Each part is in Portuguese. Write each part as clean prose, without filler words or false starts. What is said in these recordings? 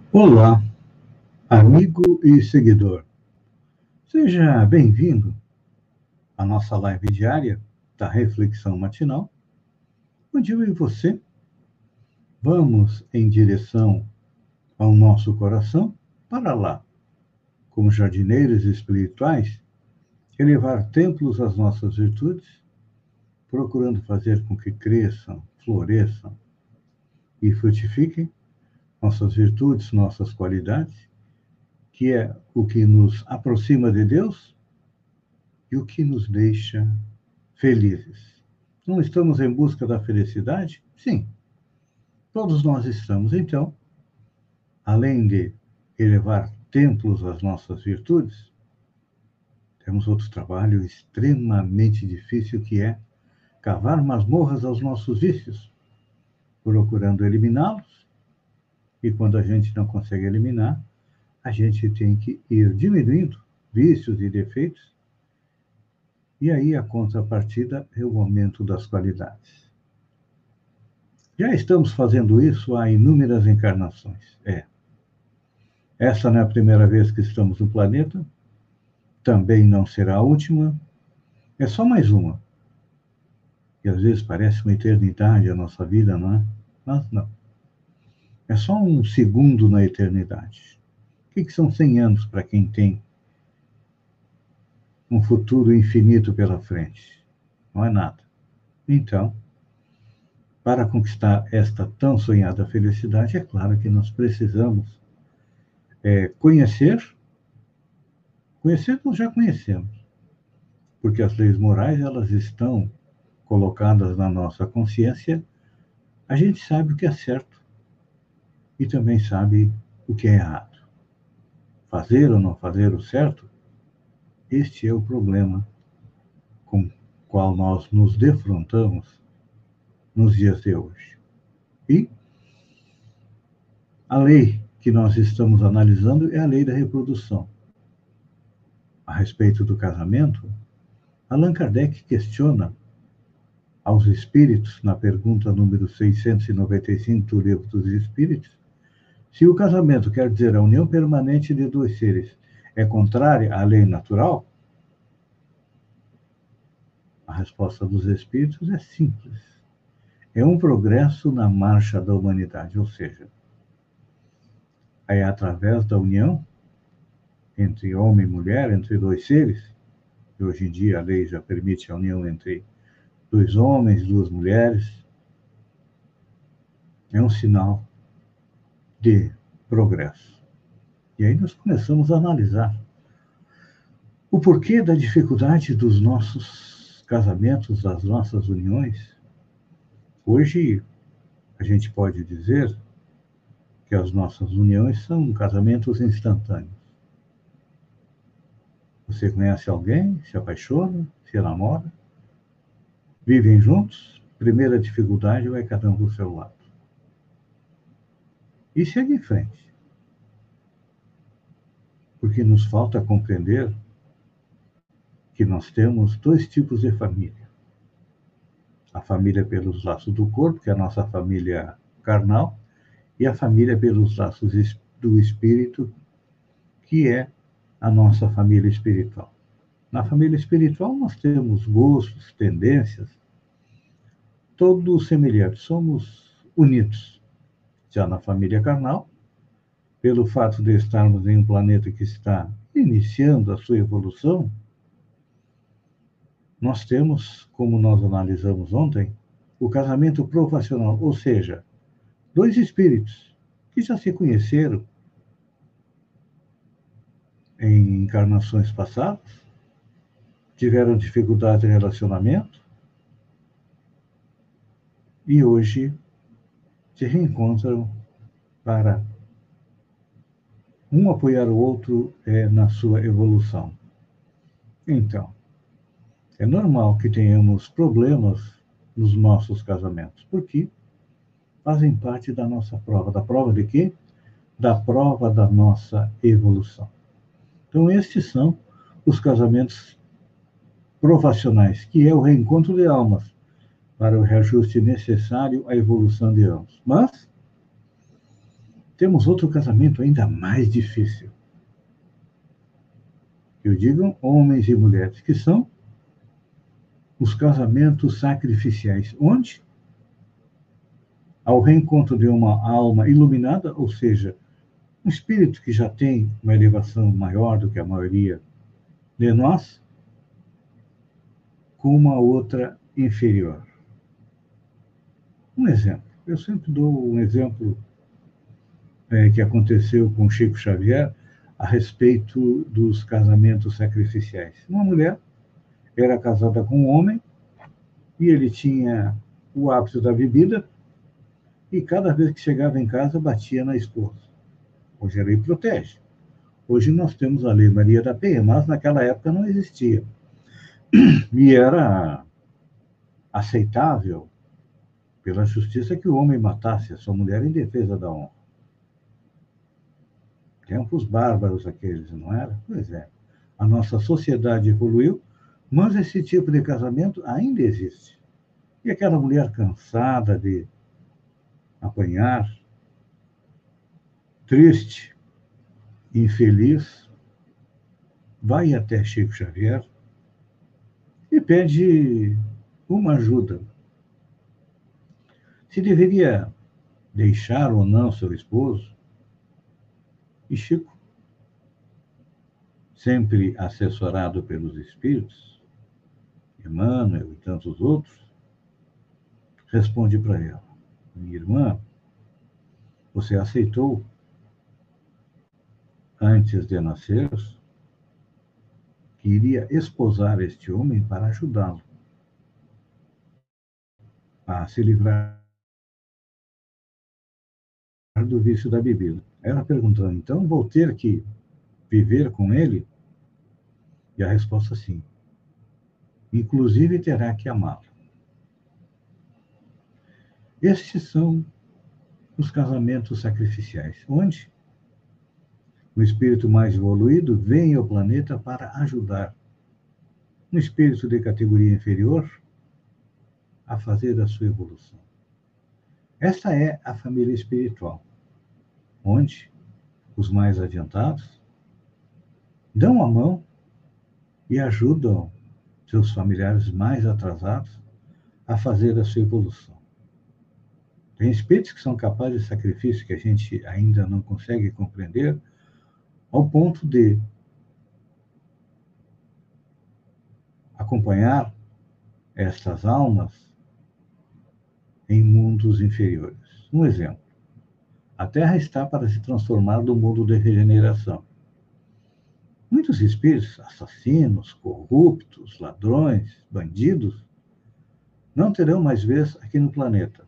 Olá, amigo e seguidor. Seja bem-vindo à nossa live diária da Reflexão Matinal, onde eu e você vamos em direção ao nosso coração para lá, como jardineiros espirituais, elevar templos às nossas virtudes, procurando fazer com que cresçam, floresçam e frutifiquem nossas virtudes, nossas qualidades, que é o que nos aproxima de Deus e o que nos deixa felizes. Não estamos em busca da felicidade? Sim, todos nós estamos. Então, além de elevar templos às nossas virtudes, temos outro trabalho extremamente difícil, que é cavar masmorras aos nossos vícios, procurando eliminá-los. E quando a gente não consegue eliminar, a gente tem que ir diminuindo vícios e defeitos. E aí a contrapartida é o aumento das qualidades. Já estamos fazendo isso há inúmeras encarnações. Essa não é a primeira vez que estamos no planeta, também não será a última, é só mais uma. E às vezes parece uma eternidade a nossa vida, não é? Mas não. É só um segundo na eternidade. O que são 100 anos para quem tem um futuro infinito pela frente? Não é nada. Então, para conquistar esta tão sonhada felicidade, é claro que nós precisamos conhecer. Conhecer nós já conhecemos, porque as leis morais, elas estão colocadas na nossa consciência. A gente sabe o que é certo e também sabe o que é errado. Fazer ou não fazer o certo, este é o problema com o qual nós nos defrontamos nos dias de hoje. E a lei que nós estamos analisando é a lei da reprodução. A respeito do casamento, Allan Kardec questiona aos espíritos, na pergunta número 695 do Livro dos Espíritos, se o casamento, quer dizer, a união permanente de dois seres, é contrária à lei natural. A resposta dos espíritos é simples. É um progresso na marcha da humanidade, ou seja, é através da união entre homem e mulher, entre dois seres, e hoje em dia a lei já permite a união entre dois homens, duas mulheres, é um sinal de progresso. E aí nós começamos a analisar o porquê da dificuldade dos nossos casamentos, das nossas uniões. Hoje, a gente pode dizer que as nossas uniões são casamentos instantâneos. Você conhece alguém, se apaixona, se namora, vivem juntos, primeira dificuldade vai cada um para o seu lado. E segue em frente. Porque nos falta compreender que nós temos dois tipos de família. A família pelos laços do corpo, que é a nossa família carnal, e a família pelos laços do espírito, que é a nossa família espiritual. Na família espiritual nós temos gostos, tendências, todos semelhantes, somos unidos. Já na família carnal, pelo fato de estarmos em um planeta que está iniciando a sua evolução, nós temos, como nós analisamos ontem, o casamento provacional, ou seja, dois espíritos que já se conheceram em encarnações passadas, tiveram dificuldade de relacionamento e hoje se reencontram para um apoiar o outro na sua evolução. Então, é normal que tenhamos problemas nos nossos casamentos, porque fazem parte da nossa prova. Da prova de quê? Da prova da nossa evolução. Então, estes são os casamentos provacionais, que é o reencontro de almas, para o reajuste necessário à evolução de ambos. Mas temos outro casamento ainda mais difícil. Que o digam homens e mulheres, que são os casamentos sacrificiais, onde, ao reencontro de uma alma iluminada, ou seja, um espírito que já tem uma elevação maior do que a maioria de nós, com uma outra inferior. Um exemplo. Eu sempre dou um exemplo que aconteceu com Chico Xavier a respeito dos casamentos sacrificiais. Uma mulher era casada com um homem e ele tinha o hábito da bebida e cada vez que chegava em casa batia na esposa. Hoje a lei protege. Hoje nós temos a Lei Maria da Penha, mas naquela época não existia. E era aceitável pela justiça que o homem matasse a sua mulher em defesa da honra. Tempos bárbaros aqueles, não era? Pois é. A nossa sociedade evoluiu, mas esse tipo de casamento ainda existe. E aquela mulher cansada de apanhar, triste, infeliz, vai até Chico Xavier e pede uma ajuda. Se deveria deixar ou não seu esposo. E Chico, sempre assessorado pelos espíritos, Emmanuel e tantos outros, responde para ela: minha irmã, você aceitou antes de nascer que iria esposar este homem para ajudá-lo a se livrar do vício da bebida. Ela perguntou: então vou ter que viver com ele? E a resposta sim. Inclusive terá que amá-lo. Estes são os casamentos sacrificiais, onde o espírito mais evoluído vem ao planeta para ajudar um espírito de categoria inferior a fazer a sua evolução. Esta é a família espiritual, onde os mais adiantados dão a mão e ajudam seus familiares mais atrasados a fazer a sua evolução. Tem espíritos que são capazes de sacrifício que a gente ainda não consegue compreender, ao ponto de acompanhar estas almas em mundos inferiores. Um exemplo: a Terra está para se transformar no mundo de regeneração. Muitos espíritos, assassinos, corruptos, ladrões, bandidos, não terão mais vez aqui no planeta.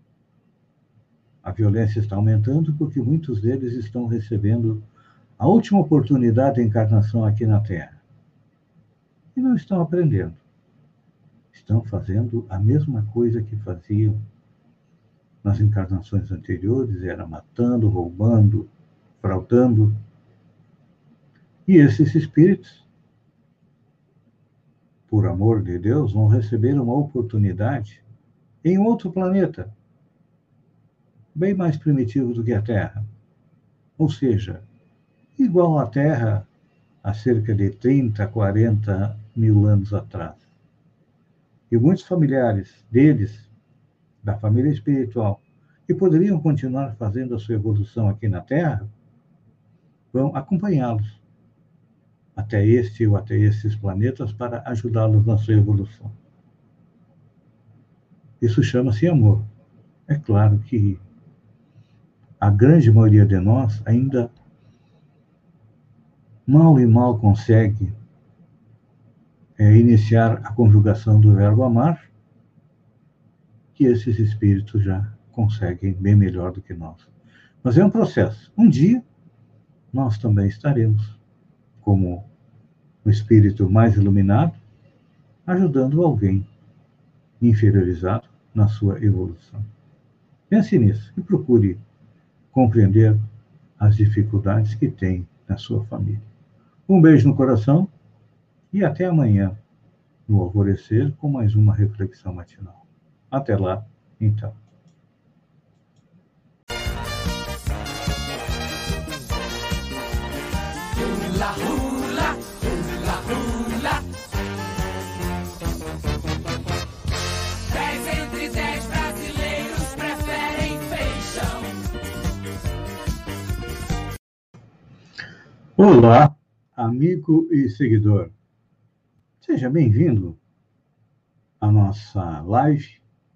A violência está aumentando porque muitos deles estão recebendo a última oportunidade de encarnação aqui na Terra. E não estão aprendendo. Estão fazendo a mesma coisa que faziam nas encarnações anteriores, era matando, roubando, fraudando. E esses espíritos, por amor de Deus, vão receber uma oportunidade em outro planeta, bem mais primitivo do que a Terra. Ou seja, igual à Terra há cerca de 30, 40 mil anos atrás. E muitos familiares deles, da família espiritual, que poderiam continuar fazendo a sua evolução aqui na Terra, vão acompanhá-los até este ou até esses planetas para ajudá-los na sua evolução. Isso chama-se amor. É claro que a grande maioria de nós ainda mal e mal consegue iniciar a conjugação do verbo amar, que esses espíritos já conseguem bem melhor do que nós. Mas é um processo. Um dia, nós também estaremos, como o espírito mais iluminado, ajudando alguém inferiorizado na sua evolução. Pense nisso e procure compreender as dificuldades que tem na sua família. Um beijo no coração e até amanhã, no alvorecer, com mais uma reflexão matinal. Até lá, então. Olá, amigo e seguidor. Seja bem-vindo à nossa live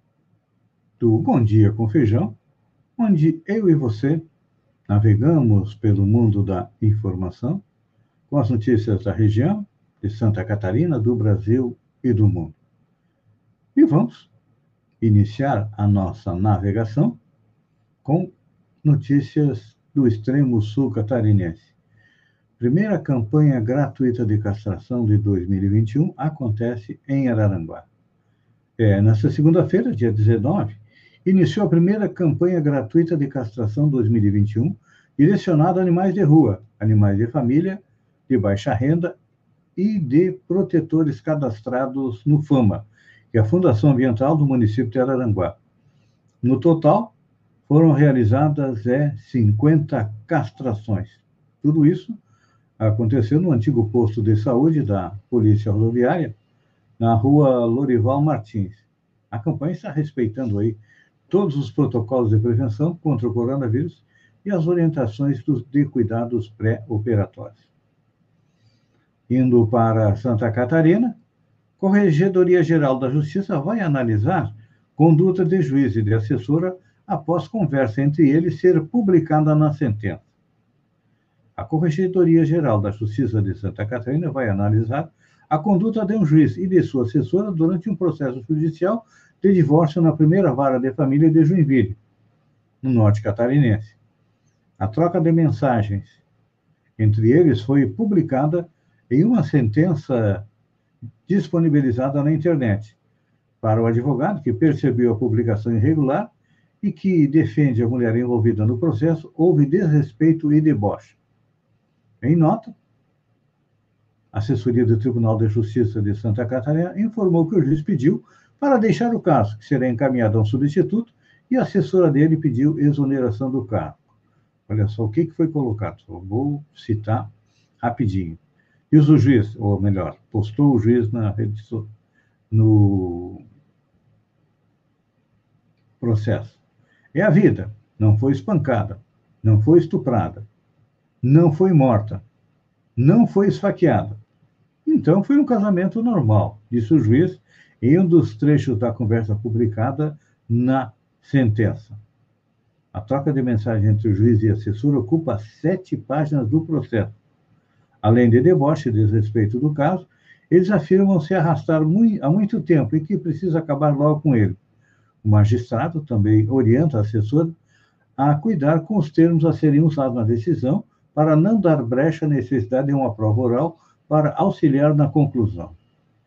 do Bom Dia com Feijão, onde eu e você navegamos pelo mundo da informação com as notícias da região, de Santa Catarina, do Brasil e do mundo. E vamos iniciar a nossa navegação com notícias do extremo sul catarinense. Primeira campanha gratuita de castração de 2021 acontece em Araranguá. Nesta segunda-feira, dia 19, iniciou a primeira campanha gratuita de castração 2021, direcionada a animais de rua, animais de família, de baixa renda e de protetores cadastrados no FAMA, que é a Fundação Ambiental do município de Araranguá. No total, foram realizadas 50 castrações. Tudo isso aconteceu no antigo posto de saúde da Polícia Rodoviária, na rua Lorival Martins. A campanha está respeitando aí todos os protocolos de prevenção contra o coronavírus e as orientações de cuidados pré-operatórios. Indo para Santa Catarina, Corregedoria Geral da Justiça vai analisar conduta de juiz e de assessora após conversa entre eles ser publicada na sentença. A Corregedoria Geral da Justiça de Santa Catarina vai analisar a conduta de um juiz e de sua assessora durante um processo judicial de divórcio na primeira vara de família de Joinville, no norte catarinense. A troca de mensagens entre eles foi publicada em uma sentença disponibilizada na internet. Para o advogado que percebeu a publicação irregular e que defende a mulher envolvida no processo, houve desrespeito e deboche. Em nota, a assessoria do Tribunal de Justiça de Santa Catarina informou que o juiz pediu para deixar o caso, que será encaminhado a um substituto, e a assessora dele pediu exoneração do cargo. Olha só o que foi colocado, só vou citar rapidinho. Diz o juiz, ou melhor, postou o juiz no processo. É a vida, não foi espancada, não foi estuprada, não foi morta, não foi esfaqueada. Então, foi um casamento normal, disse o juiz em um dos trechos da conversa publicada na sentença. A troca de mensagem entre o juiz e a assessora ocupa 7 páginas do processo. Além de deboche e desrespeito do caso, eles afirmam se arrastar há muito tempo e que precisa acabar logo com ele. O magistrado também orienta a assessora a cuidar com os termos a serem usados na decisão para não dar brecha à necessidade de uma prova oral para auxiliar na conclusão.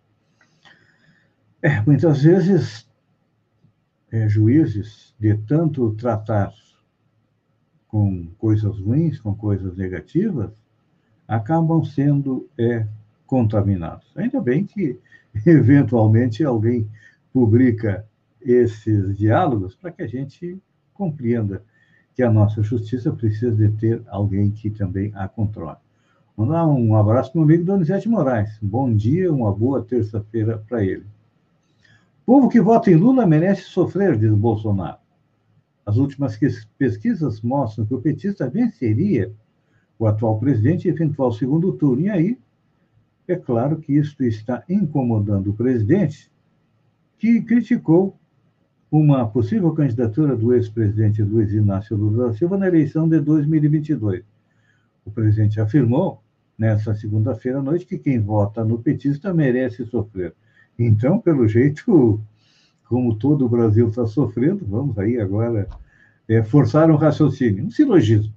Muitas vezes, juízes, de tanto tratar com coisas ruins, com coisas negativas, acabam sendo contaminados. Ainda bem que, eventualmente, alguém publica esses diálogos para que a gente compreenda que a nossa justiça precisa de ter alguém que também a controle. Mandar um abraço para o meu amigo Donizete Moraes. Bom dia, uma boa terça-feira para ele. O povo que vota em Lula merece sofrer, diz Bolsonaro. As últimas pesquisas mostram que o petista venceria o atual presidente em eventual segundo turno. E aí, é claro que isso está incomodando o presidente, que criticou uma possível candidatura do ex-presidente Luiz Inácio Lula da Silva na eleição de 2022. O presidente afirmou, nessa segunda-feira à noite, que quem vota no petista merece sofrer. Então, pelo jeito, como todo o Brasil está sofrendo, vamos aí agora forçar um raciocínio, um silogismo.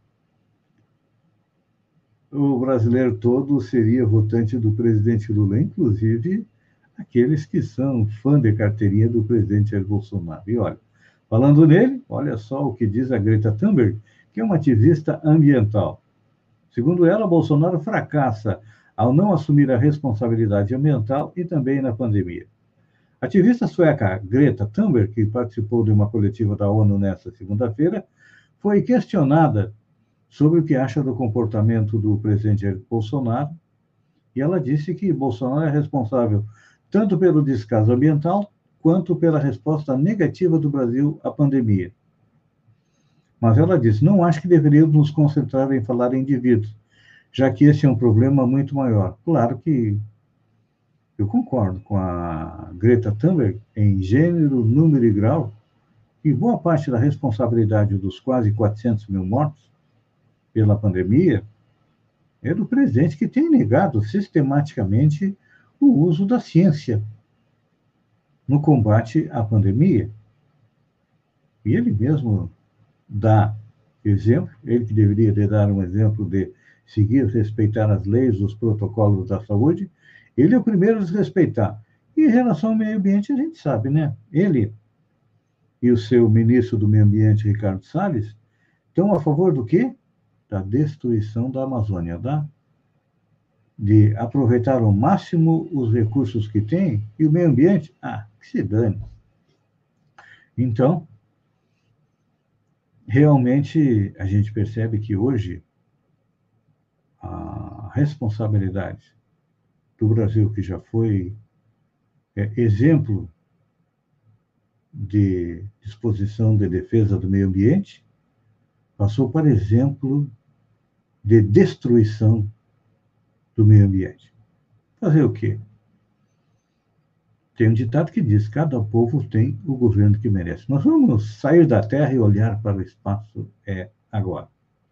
O brasileiro todo seria votante do presidente Lula, inclusive aqueles que são fã de carteirinha do presidente Jair Bolsonaro. E olha, falando nele, olha só o que diz a Greta Thunberg, que é uma ativista ambiental. Segundo ela, Bolsonaro fracassa ao não assumir a responsabilidade ambiental e também na pandemia. A ativista sueca Greta Thunberg, que participou de uma coletiva da ONU nesta segunda-feira, foi questionada sobre o que acha do comportamento do presidente Jair Bolsonaro, e ela disse que Bolsonaro é responsável tanto pelo descaso ambiental quanto pela resposta negativa do Brasil à pandemia. Mas ela disse, não acho que deveríamos nos concentrar em falar em indivíduos. já que esse é um problema muito maior. Claro que eu concordo com a Greta Thunberg em gênero, número e grau, e boa parte da responsabilidade dos quase 400 mil mortos pela pandemia é do presidente, que tem negado sistematicamente o uso da ciência no combate à pandemia. E ele mesmo dá exemplo, ele que deveria dar um exemplo de seguir, respeitar as leis, os protocolos da saúde, ele é o primeiro a desrespeitar. E em relação ao meio ambiente, a gente sabe, né? Ele e o seu ministro do Meio Ambiente, Ricardo Salles, estão a favor do quê? Da destruição da Amazônia, tá? De aproveitar ao máximo os recursos que tem, e o meio ambiente, que se dane. Então, realmente, a gente percebe que hoje a responsabilidade do Brasil, que já foi exemplo de disposição de defesa do meio ambiente, passou para exemplo de destruição do meio ambiente. Fazer o quê? Tem um ditado que diz: cada povo tem o governo que merece. Nós vamos sair da Terra e olhar para o espaço agora.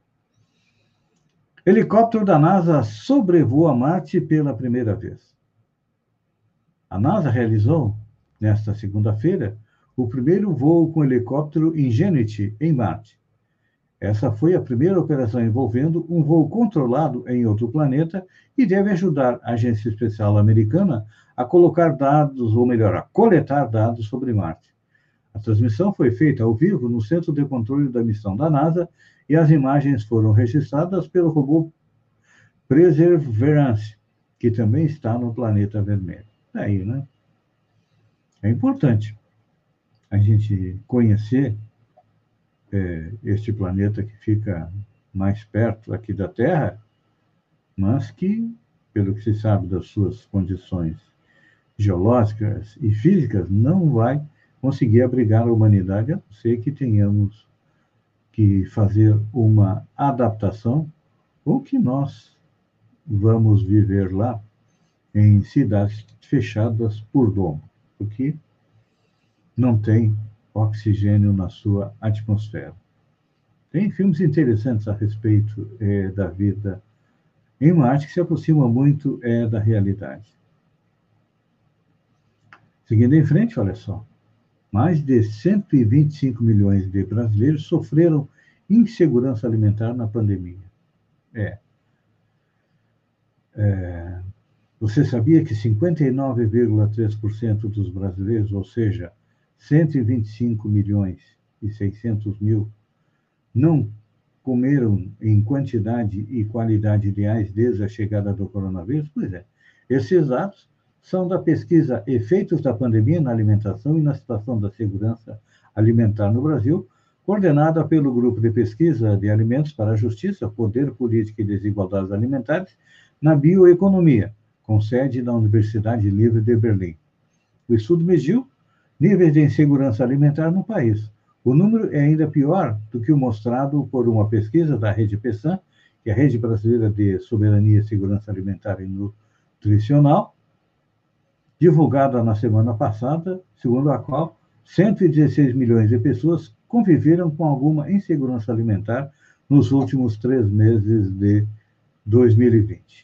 Helicóptero da NASA sobrevoa Marte pela primeira vez. A NASA realizou, nesta segunda-feira, o primeiro voo com helicóptero Ingenuity em Marte. Essa foi a primeira operação envolvendo um voo controlado em outro planeta e deve ajudar a Agência Espacial Americana a colocar dados, ou melhor, a coletar dados sobre Marte. A transmissão foi feita ao vivo no Centro de Controle da Missão da NASA e as imagens foram registradas pelo robô Perseverance, que também está no planeta vermelho. Aí, né? É importante a gente conhecer este planeta que fica mais perto aqui da Terra, mas que, pelo que se sabe das suas condições geológicas e físicas, não vai conseguir abrigar a humanidade, a não ser que tenhamos que fazer uma adaptação, ou que nós vamos viver lá em cidades fechadas por domo, porque não tem oxigênio na sua atmosfera. Tem filmes interessantes a respeito da vida em Marte, que se aproxima muito da realidade. Seguindo em frente, olha só, mais de 125 milhões de brasileiros sofreram insegurança alimentar na pandemia. Você sabia que 59,3% dos brasileiros, ou seja, 125 milhões e 600 mil, não comeram em quantidade e qualidade ideais desde a chegada do coronavírus? Pois é. Esses dados são da pesquisa Efeitos da Pandemia na Alimentação e na Situação da Segurança Alimentar no Brasil, coordenada pelo Grupo de Pesquisa de Alimentos para a Justiça, Poder, Política e Desigualdades Alimentares na Bioeconomia, com sede na Universidade Livre de Berlim. O estudo mediu níveis de insegurança alimentar no país. O número é ainda pior do que o mostrado por uma pesquisa da Rede PESAM, que é a Rede Brasileira de Soberania, Segurança Alimentar e Nutricional, divulgada na semana passada, segundo a qual 116 milhões de pessoas conviveram com alguma insegurança alimentar nos últimos 3 meses de 2020.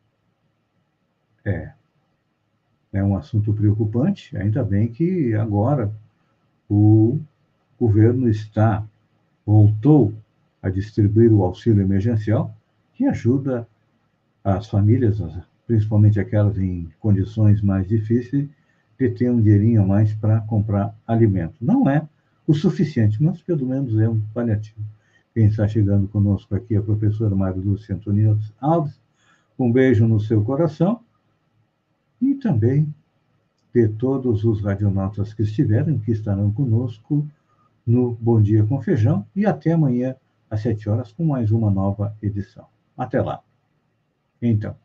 É um assunto preocupante, ainda bem que agora o governo voltou a distribuir o auxílio emergencial, que ajuda as famílias, principalmente aquelas em condições mais difíceis, de ter um dinheirinho a mais para comprar alimento. Não é o suficiente, mas pelo menos é um paliativo. Quem está chegando conosco aqui é a professora Maria Lúcia Antonino Alves. Um beijo no seu coração e também de todos os radionautas que estiverem, que estarão conosco no Bom Dia com Feijão, e até amanhã às 7 horas com mais uma nova edição. Até lá. Então.